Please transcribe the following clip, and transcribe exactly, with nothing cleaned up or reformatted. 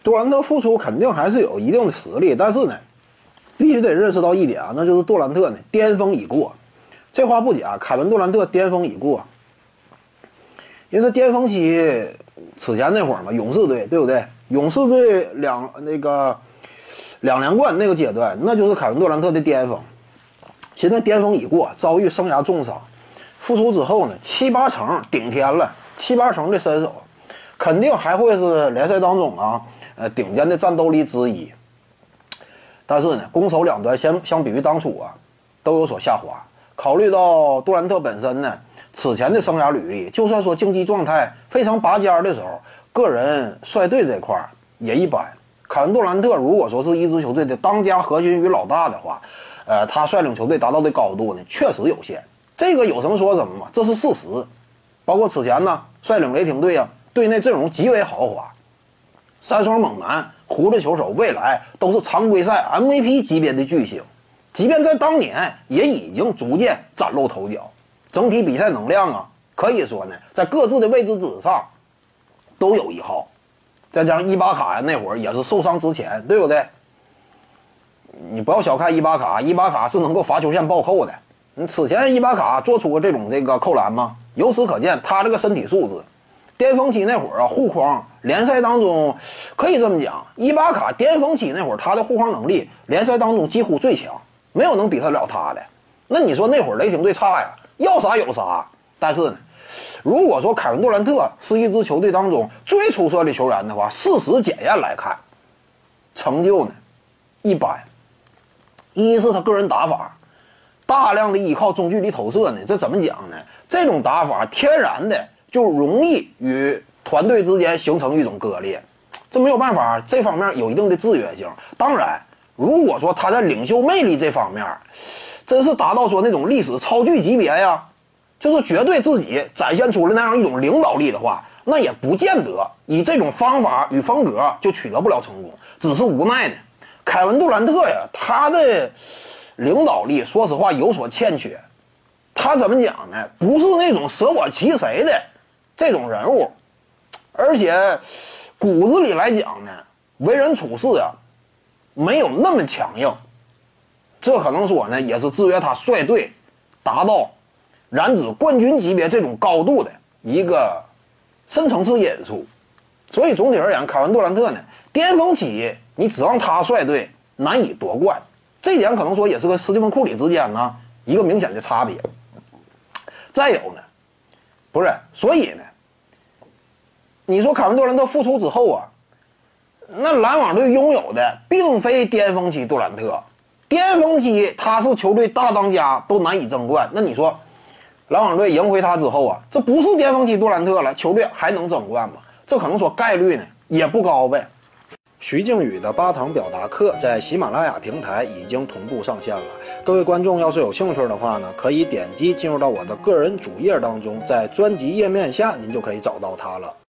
杜兰特复出肯定还是有一定的实力，但是呢，必须得认识到一点啊，那就是杜兰特呢巅峰已过。这话不假，凯文杜兰特巅峰已过。因为他巅峰期此前那会儿嘛，勇士队对不对？勇士队两那个两连冠那个阶段，那就是凯文杜兰特的巅峰。现在巅峰已过，遭遇生涯重伤，复出之后呢，七八成顶天了，七八成的身手，肯定还会是联赛当中啊，呃顶尖的战斗力之一。但是呢，攻守两端相相比于当初啊，都有所下滑。考虑到杜兰特本身呢，此前的生涯履历，就算说竞技状态非常拔尖的时候，个人率队这块也一般。凯文杜兰特如果说是一支球队的当家核心与老大的话，呃，他率领球队达到的高度呢，确实有限。这个有什么说什么嘛，这是事实。包括此前呢，率领雷霆队啊，队内阵容极为豪华，三双猛男、胡子球手，未来都是常规赛 M V P 级别的巨星，即便在当年也已经逐渐崭露头角。整体比赛能量啊，可以说呢，在各自的位置之上都有一号。再加上伊巴卡呀，那会儿也是受伤之前，对不对？你不要小看伊巴卡，伊巴卡是能够罚球线暴扣的。你此前伊巴卡做出过这种这个扣篮吗？由此可见，他这个身体素质，巅峰期那会儿啊，护框联赛当中可以这么讲，伊巴卡巅峰期那会儿他的护框能力，联赛当中几乎最强，没有能比得了他的。那你说那会儿雷霆队差呀，要啥有啥。但是呢，如果说凯文杜兰特是一支球队当中最出色的球员的话，事实检验来看，成就呢一般。一是他个人打法大量的依靠中距离投射呢，这怎么讲呢？这种打法天然的就容易与团队之间形成一种割裂，这没有办法，这方面有一定的制约性。当然，如果说他在领袖魅力这方面真是达到说那种历史超巨级别呀，就是绝对自己展现出了那样一种领导力的话，那也不见得以这种方法与风格就取得不了成功。只是无奈呢，凯文杜兰特呀，他的领导力说实话有所欠缺。他怎么讲呢？不是那种舍我其谁的这种人物，而且骨子里来讲呢，为人处事啊，没有那么强硬。这可能说呢，也是制约他率队达到染指冠军级别这种高度的一个深层次因素。所以总体而言，凯文杜兰特呢，巅峰期你指望他率队难以夺冠，这一点可能说也是跟斯蒂芬库里之间呢一个明显的差别。再有呢，不是，所以呢，你说凯文杜兰特复出之后啊，那篮网队拥有的并非巅峰期杜兰特，巅峰期他是球队大当家都难以争冠。那你说篮网队赢回他之后啊，这不是巅峰期杜兰特了，球队还能争冠吗？这可能说概率呢也不高呗。徐静宇的八堂表达课在喜马拉雅平台已经同步上线了，各位观众要是有兴趣的话呢，可以点击进入到我的个人主页当中，在专辑页面下您就可以找到它了。